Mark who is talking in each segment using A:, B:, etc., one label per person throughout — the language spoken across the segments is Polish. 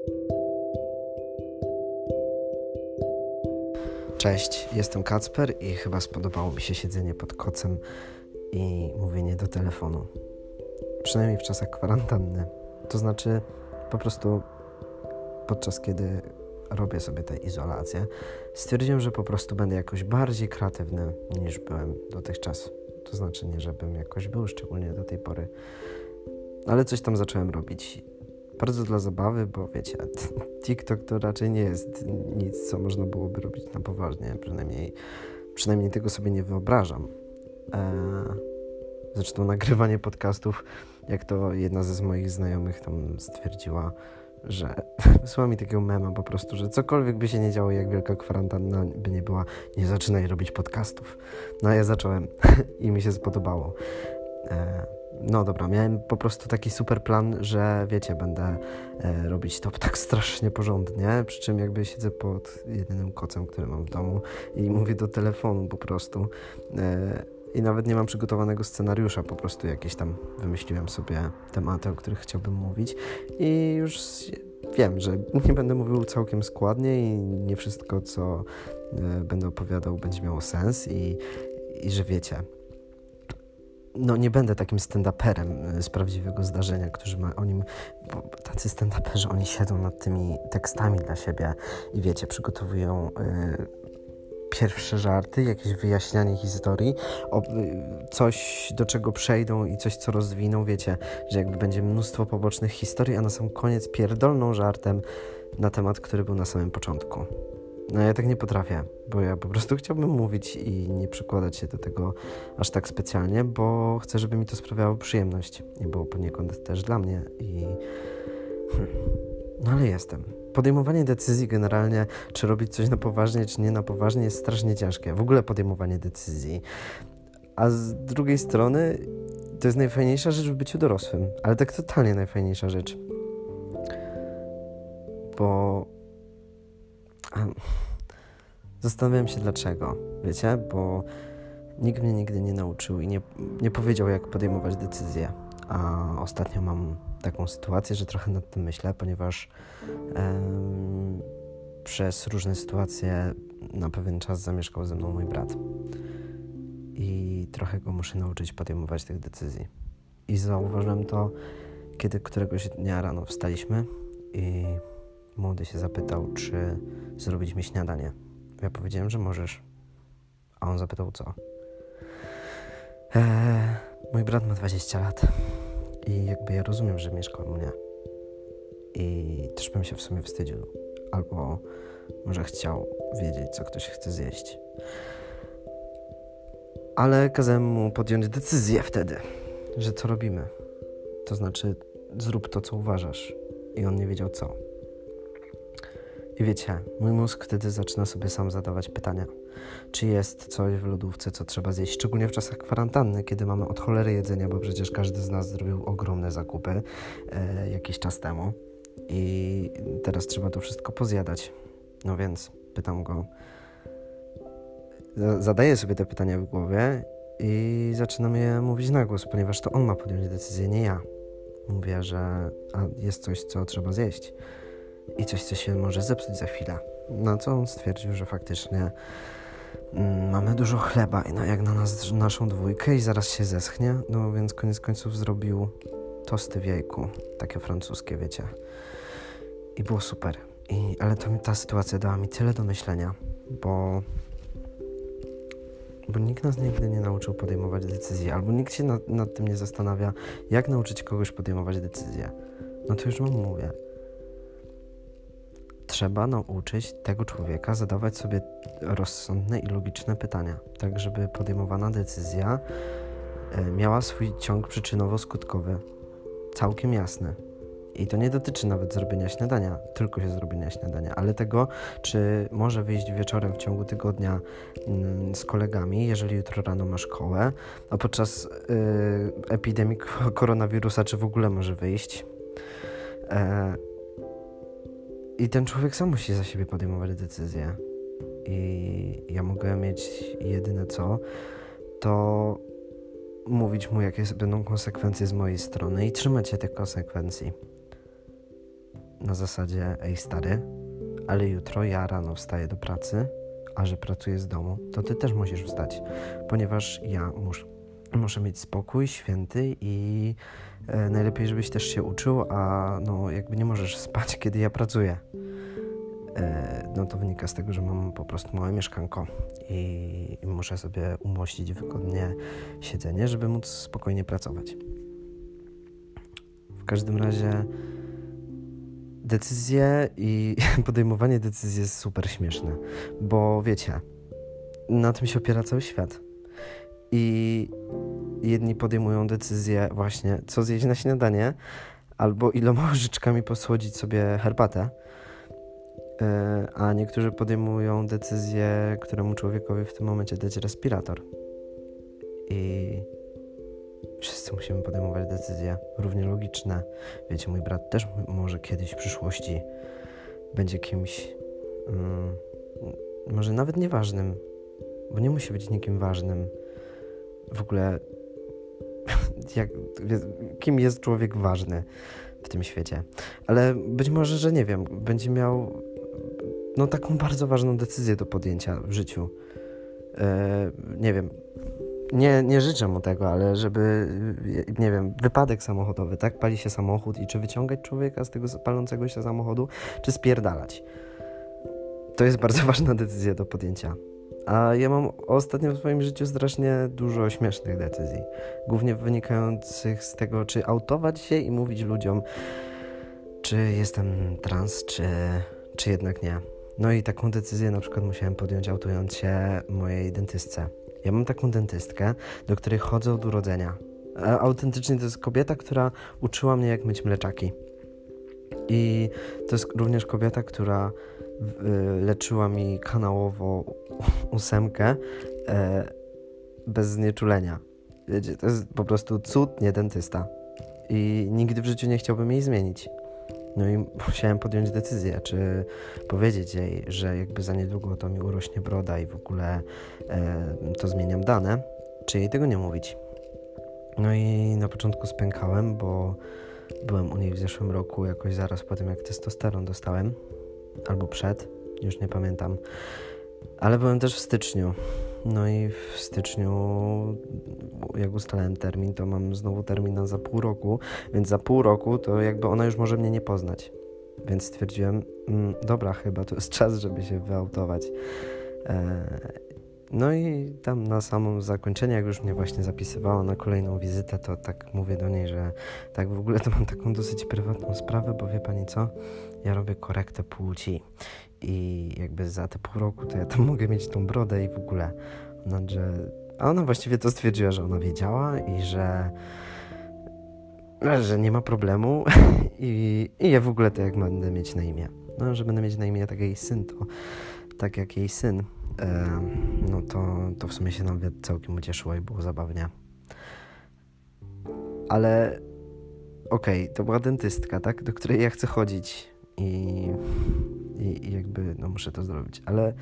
A: Cześć, jestem Kacper i chyba spodobało mi się siedzenie pod kocem i mówienie do telefonu. Przynajmniej w czasach kwarantanny. To znaczy po prostu podczas kiedy robię sobie tę izolację, stwierdziłem, że po prostu będę jakoś bardziej kreatywny niż byłem dotychczas. To znaczy nie, żebym jakoś był, szczególnie do tej pory. Ale coś tam zacząłem robić. Bardzo dla zabawy, bo wiecie, TikTok to raczej nie jest nic, co można byłoby robić na poważnie. Przynajmniej tego sobie nie wyobrażam. Zresztą nagrywanie podcastów, jak to jedna ze moich znajomych tam stwierdziła, że wysłała mi takiego mema po prostu, że cokolwiek by się nie działo, jak wielka kwarantanna by nie była, nie zaczynaj robić podcastów. No a ja zacząłem i mi się spodobało. No dobra, miałem po prostu taki super plan, że wiecie, będę robić to tak strasznie porządnie, przy czym jakby siedzę pod jedynym kocem, który mam w domu i mówię do telefonu po prostu i nawet nie mam przygotowanego scenariusza, po prostu jakieś tam wymyśliłem sobie tematy, o których chciałbym mówić i już wiem, że nie będę mówił całkiem składnie i nie wszystko, co będę opowiadał, będzie miało sens i że wiecie, no nie będę takim stand-uperem z prawdziwego zdarzenia, którzy o nim, bo tacy stand-uperzy, oni siedzą nad tymi tekstami dla siebie i wiecie, przygotowują pierwsze żarty, jakieś wyjaśnianie historii, coś do czego przejdą i coś co rozwiną, wiecie, że jakby będzie mnóstwo pobocznych historii, a na sam koniec pierdolną żartem na temat, który był na samym początku. No ja tak nie potrafię, bo ja po prostu chciałbym mówić i nie przykładać się do tego aż tak specjalnie, bo chcę, żeby mi to sprawiało przyjemność i było poniekąd też dla mnie no ale jestem. Podejmowanie decyzji generalnie, czy robić coś na poważnie, czy nie na poważnie, jest strasznie ciężkie. W ogóle podejmowanie decyzji. A z drugiej strony to jest najfajniejsza rzecz w byciu dorosłym, ale tak totalnie najfajniejsza rzecz. Bo zastanawiam się dlaczego, wiecie, bo nikt mnie nigdy nie nauczył i nie powiedział, jak podejmować decyzje, a ostatnio mam taką sytuację, że trochę nad tym myślę, ponieważ przez różne sytuacje na pewien czas zamieszkał ze mną mój brat i trochę go muszę nauczyć podejmować tych decyzji. I zauważyłem to, kiedy któregoś dnia rano wstaliśmy i młody się zapytał, czy zrobić mi śniadanie. Ja powiedziałem, że możesz. A on zapytał, co? Mój brat ma 20 lat. I jakby ja rozumiem, że mieszka u mnie. I też bym się w sumie wstydził. Albo może chciał wiedzieć, co ktoś chce zjeść. Ale kazałem mu podjąć decyzję wtedy, że co robimy. To znaczy, zrób to, co uważasz. I on nie wiedział co. I wiecie, mój mózg wtedy zaczyna sobie sam zadawać pytania. Czy jest coś w lodówce, co trzeba zjeść? Szczególnie w czasach kwarantanny, kiedy mamy od cholery jedzenia, bo przecież każdy z nas zrobił ogromne zakupy jakiś czas temu. I teraz trzeba to wszystko pozjadać. No więc pytam go. Zadaję sobie te pytania w głowie i zaczynam je mówić na głos, ponieważ to on ma podjąć decyzję, nie ja. Mówię, że jest coś, co trzeba zjeść. I coś, co się może zepsuć za chwilę. Na co on stwierdził, że faktycznie mamy dużo chleba i no jak na naszą dwójkę i zaraz się zeschnie, no więc koniec końców zrobił tosty w jajku, takie francuskie, wiecie. I było super. Ale ta sytuacja dała mi tyle do myślenia, bo nikt nas nigdy nie nauczył podejmować decyzji, albo nikt się nad tym nie zastanawia, jak nauczyć kogoś podejmować decyzje. No to już wam mówię. Trzeba nauczyć tego człowieka zadawać sobie rozsądne i logiczne pytania, tak żeby podejmowana decyzja miała swój ciąg przyczynowo-skutkowy całkiem jasny. I to nie dotyczy nawet zrobienia śniadania, tylko się zrobienia śniadania, ale tego, czy może wyjść wieczorem w ciągu tygodnia z kolegami, jeżeli jutro rano ma szkołę, a podczas epidemii koronawirusa, czy w ogóle może wyjść. I ten człowiek sam musi za siebie podejmować decyzje. I ja mogę mieć jedyne co, to mówić mu, jakie będą konsekwencje z mojej strony i trzymać się tych konsekwencji. na zasadzie, ej stary, ale jutro ja rano wstaję do pracy, a że pracuję z domu, to ty też musisz wstać, ponieważ ja muszę mieć spokój święty i najlepiej, żebyś też się uczył, a no jakby nie możesz spać, kiedy ja pracuję. No to wynika z tego, że mam po prostu małe mieszkanko i muszę sobie umościć wygodnie siedzenie, żeby móc spokojnie pracować. W każdym razie decyzje i podejmowanie decyzji jest super śmieszne, bo wiecie, na tym się opiera cały świat. I jedni podejmują decyzję właśnie, co zjeść na śniadanie, albo iloma łyżeczkami posłodzić sobie herbatę, a niektórzy podejmują decyzję, któremu człowiekowi w tym momencie dać respirator. I wszyscy musimy podejmować decyzje równie logiczne. Wiecie, mój brat też może kiedyś w przyszłości będzie kimś, może nawet nieważnym, bo nie musi być nikim ważnym. W ogóle, kim jest człowiek ważny w tym świecie. Ale być może, że nie wiem, będzie miał taką bardzo ważną decyzję do podjęcia w życiu. Nie wiem, nie życzę mu tego, ale żeby, nie wiem, wypadek samochodowy, tak? Pali się samochód i czy wyciągać człowieka z tego palącego się samochodu, czy spierdalać. To jest bardzo ważna decyzja do podjęcia. A ja mam ostatnio w swoim życiu strasznie dużo śmiesznych decyzji. Głównie wynikających z tego, czy autować się i mówić ludziom, czy jestem trans, czy jednak nie. No i taką decyzję na przykład musiałem podjąć, autując się mojej dentystce. Ja mam taką dentystkę, do której chodzę od urodzenia. Autentycznie to jest kobieta, która uczyła mnie, jak myć mleczaki. I to jest również kobieta, która leczyła mi kanałowo 8 bez znieczulenia. Wiecie, to jest po prostu cud, nie dentysta. I nigdy w życiu nie chciałbym jej zmienić. No i musiałem podjąć decyzję, czy powiedzieć jej, że jakby za niedługo to mi urośnie broda i w ogóle to zmieniam dane, czy jej tego nie mówić. No i na początku spękałem, bo byłem u niej w zeszłym roku, jakoś zaraz po tym, jak testosteron dostałem, albo przed, już nie pamiętam, ale byłem też w styczniu. No i w styczniu, jak ustalałem termin, to mam znowu termin za pół roku, więc za pół roku to jakby ona już może mnie nie poznać. Więc stwierdziłem, dobra, chyba to jest czas, żeby się wyautować. No i tam na samym zakończeniu, jak już mnie właśnie zapisywała na kolejną wizytę, to tak mówię do niej, że tak w ogóle to mam taką dosyć prywatną sprawę, bo wie pani co, ja robię korektę płci i jakby za te pół roku to ja tam mogę mieć tą brodę i w ogóle. A ona właściwie to stwierdziła, że ona wiedziała i że nie ma problemu i ja w ogóle to jak będę mieć na imię. No, że będę mieć na imię tak jak jej syn, to tak jak jej syn. No to w sumie się nawet całkiem ucieszyło i było zabawnie. Ale okej, to była dentystka, tak? Do której ja chcę chodzić i jakby muszę to zrobić, ale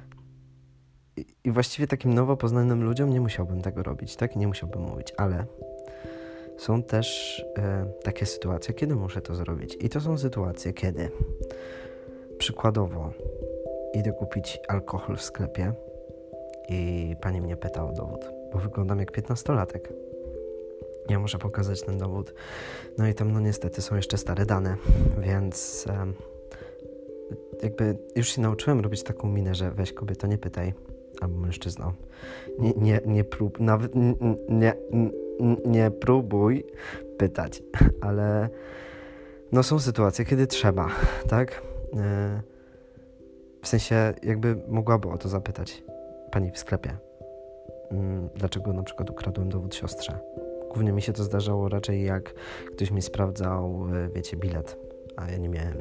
A: i właściwie takim nowo poznanym ludziom nie musiałbym tego robić, tak? Nie musiałbym mówić, ale są też takie sytuacje, kiedy muszę to zrobić. I to są sytuacje, kiedy przykładowo idę kupić alkohol w sklepie i pani mnie pyta o dowód, bo wyglądam jak 15-latek. Ja muszę pokazać ten dowód. No i tam niestety są jeszcze stare dane, więc jakby już się nauczyłem robić taką minę, że weź kobieto, nie pytaj, albo mężczyzno. Nie próbuj pytać, ale są sytuacje, kiedy trzeba, tak? W sensie jakby mogłaby o to zapytać pani w sklepie. Dlaczego na przykład ukradłem dowód siostrze? Głównie mi się to zdarzało raczej jak ktoś mi sprawdzał, wiecie, bilet, a ja nie miałem.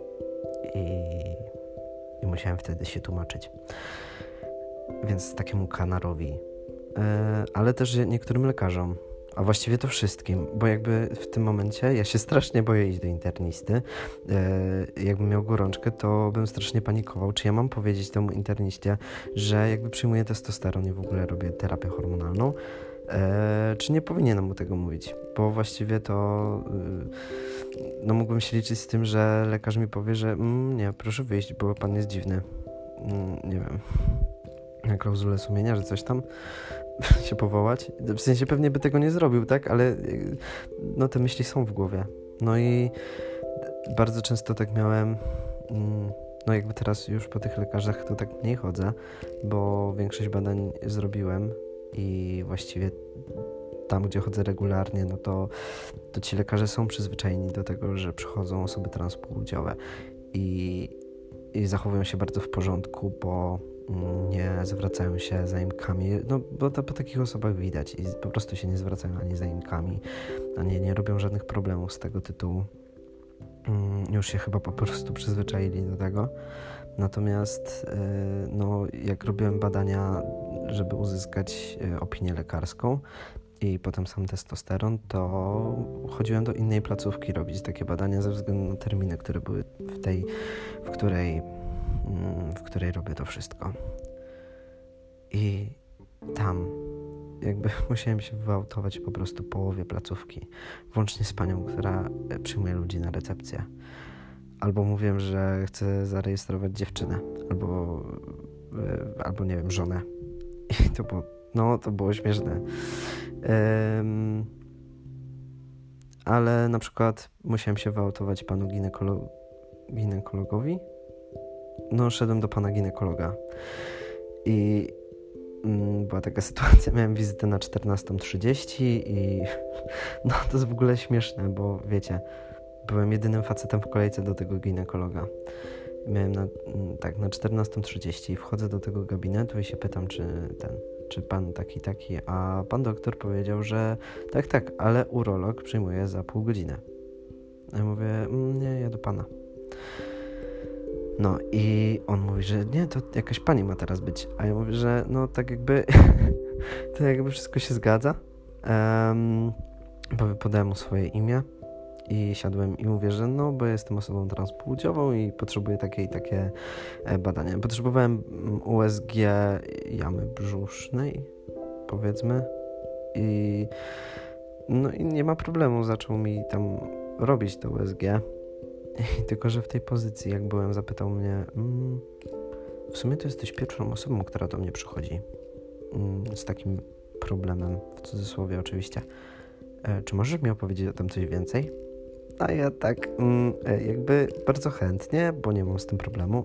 A: I musiałem wtedy się tłumaczyć. Więc takiemu kanarowi. Ale też niektórym lekarzom. A właściwie to wszystkim, bo jakby w tym momencie ja się strasznie boję iść do internisty. Jakbym miał gorączkę, to bym strasznie panikował. Czy ja mam powiedzieć temu interniście, że jakby przyjmuję testosteron i w ogóle robię terapię hormonalną? czy nie powinienem mu tego mówić, bo właściwie to no mógłbym się liczyć z tym, że lekarz mi powie, że nie, proszę wyjść, bo pan jest dziwny. Nie wiem, na klauzulę sumienia, że coś tam się powołać. W sensie pewnie by tego nie zrobił, tak? Ale no te myśli są w głowie. No i bardzo często tak miałem, no jakby teraz już po tych lekarzach to tak mniej chodzę, bo większość badań zrobiłem i właściwie tam, gdzie chodzę regularnie, no to ci lekarze są przyzwyczajeni do tego, że przychodzą osoby transpłciowe i zachowują się bardzo w porządku, bo nie zwracają się zaimkami, no bo to po takich osobach widać i po prostu się nie zwracają ani zaimkami, ani nie robią żadnych problemów z tego tytułu. Już się chyba po prostu przyzwyczaili do tego. Natomiast no, jak robiłem badania, żeby uzyskać opinię lekarską i potem sam testosteron, to chodziłem do innej placówki robić takie badania ze względu na terminy, które były w której robię to wszystko. I tam jakby musiałem się wyautować po prostu połowie placówki, włącznie z panią, która przyjmuje ludzi na recepcję. Albo mówiłem, że chcę zarejestrować dziewczynę, albo nie wiem, żonę. I to było śmieszne. Ale na przykład musiałem się wyautować panu ginekologowi. No, szedłem do pana ginekologa i była taka sytuacja, miałem wizytę na 14:30 i no to jest w ogóle śmieszne, bo wiecie, byłem jedynym facetem w kolejce do tego ginekologa. Miałem na 14:30 wchodzę do tego gabinetu i się pytam, czy pan taki, a pan doktor powiedział, że tak, ale urolog przyjmuje za pół godziny. A ja mówię, nie, ja do pana. No i on mówi, że nie, to jakaś pani ma teraz być. A ja mówię, że no tak jakby to jakby wszystko się zgadza. Podałem mu swoje imię i siadłem i mówię, że no, bo jestem osobą transpłciową i potrzebuję takie i takie badania. Potrzebowałem USG jamy brzusznej, powiedzmy. I no i nie ma problemu, zaczął mi tam robić to USG. Tylko że w tej pozycji, jak byłem, zapytał mnie, w sumie to jesteś pierwszą osobą, która do mnie przychodzi z takim problemem, w cudzysłowie oczywiście. Czy możesz mi opowiedzieć o tym coś więcej? A ja tak, jakby bardzo chętnie, bo nie mam z tym problemu,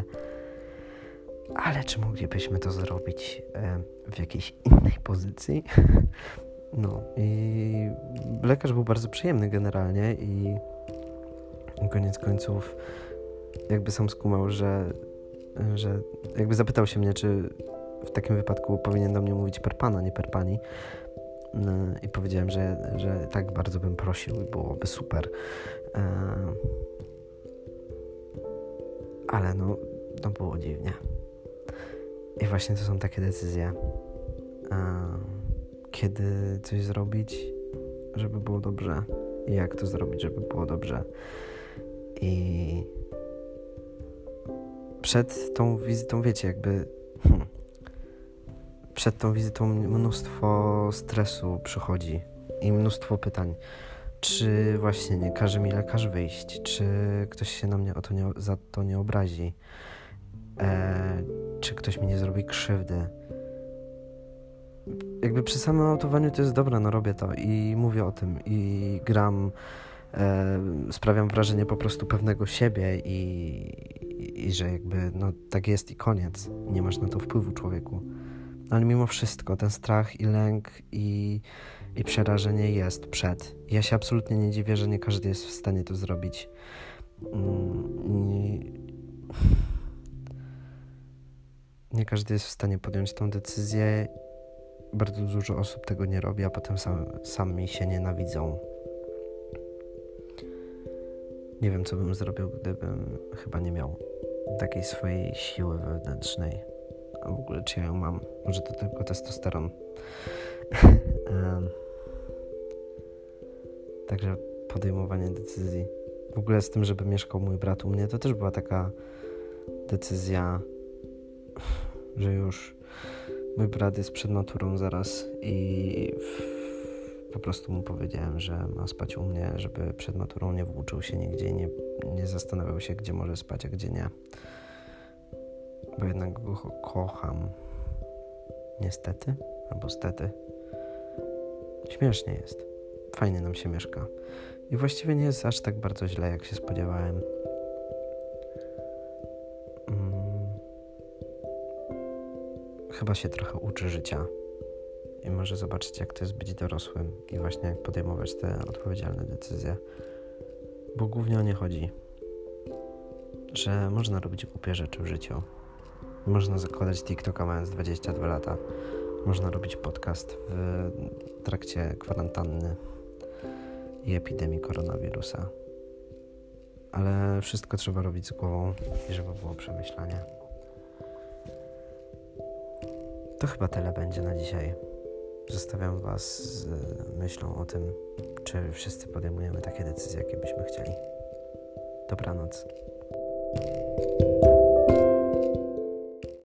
A: ale czy moglibyśmy to zrobić w jakiejś innej pozycji? No i lekarz był bardzo przyjemny generalnie i koniec końców jakby sam skumał, że jakby zapytał się mnie, czy w takim wypadku powinien do mnie mówić per pana, nie per pani. I powiedziałem, że tak bardzo bym prosił i byłoby super. Ale no było dziwnie. I właśnie to są takie decyzje. Kiedy coś zrobić, żeby było dobrze i jak to zrobić, żeby było dobrze. I przed tą wizytą, wiecie, jakby przed tą wizytą mnóstwo stresu przychodzi i mnóstwo pytań. Czy właśnie nie każe mi lekarz wyjść? Czy ktoś się na mnie za to nie obrazi? Czy ktoś mi nie zrobi krzywdy? Jakby przy samym autowaniu to jest dobra, no robię to i mówię o tym i gram, sprawiam wrażenie po prostu pewnego siebie i że jakby no tak jest i koniec. Nie masz na to wpływu, człowieku. Ale mimo wszystko ten strach i lęk i przerażenie jest przed. Ja się absolutnie nie dziwię, że nie każdy jest w stanie to zrobić. Nie każdy jest w stanie podjąć tą decyzję. Bardzo dużo osób tego nie robi, a potem sami się nienawidzą. Nie wiem, co bym zrobił, gdybym chyba nie miał takiej swojej siły wewnętrznej. A w ogóle czy ja ją mam? Może to tylko testosteron. Także podejmowanie decyzji. W ogóle z tym, żeby mieszkał mój brat u mnie, to też była taka decyzja, że już Mój brat jest przed maturą zaraz i po prostu mu powiedziałem, że ma spać u mnie, żeby przed maturą nie włóczył się nigdzie i nie zastanawiał się, gdzie może spać, a gdzie nie. Bo jednak go kocham. Niestety, albo stety. Śmiesznie jest. Fajnie nam się mieszka. I właściwie nie jest aż tak bardzo źle, jak się spodziewałem. Chyba się trochę uczy życia. I może zobaczyć, jak to jest być dorosłym i właśnie jak podejmować te odpowiedzialne decyzje. Bo głównie o nie chodzi. Że można robić głupie rzeczy w życiu. Można zakładać TikToka mając 22 lata. Można robić podcast w trakcie kwarantanny i epidemii koronawirusa. Ale wszystko trzeba robić z głową i żeby było przemyślanie. To chyba tyle będzie na dzisiaj. Zostawiam Was z myślą o tym, czy wszyscy podejmujemy takie decyzje, jakie byśmy chcieli. Dobranoc.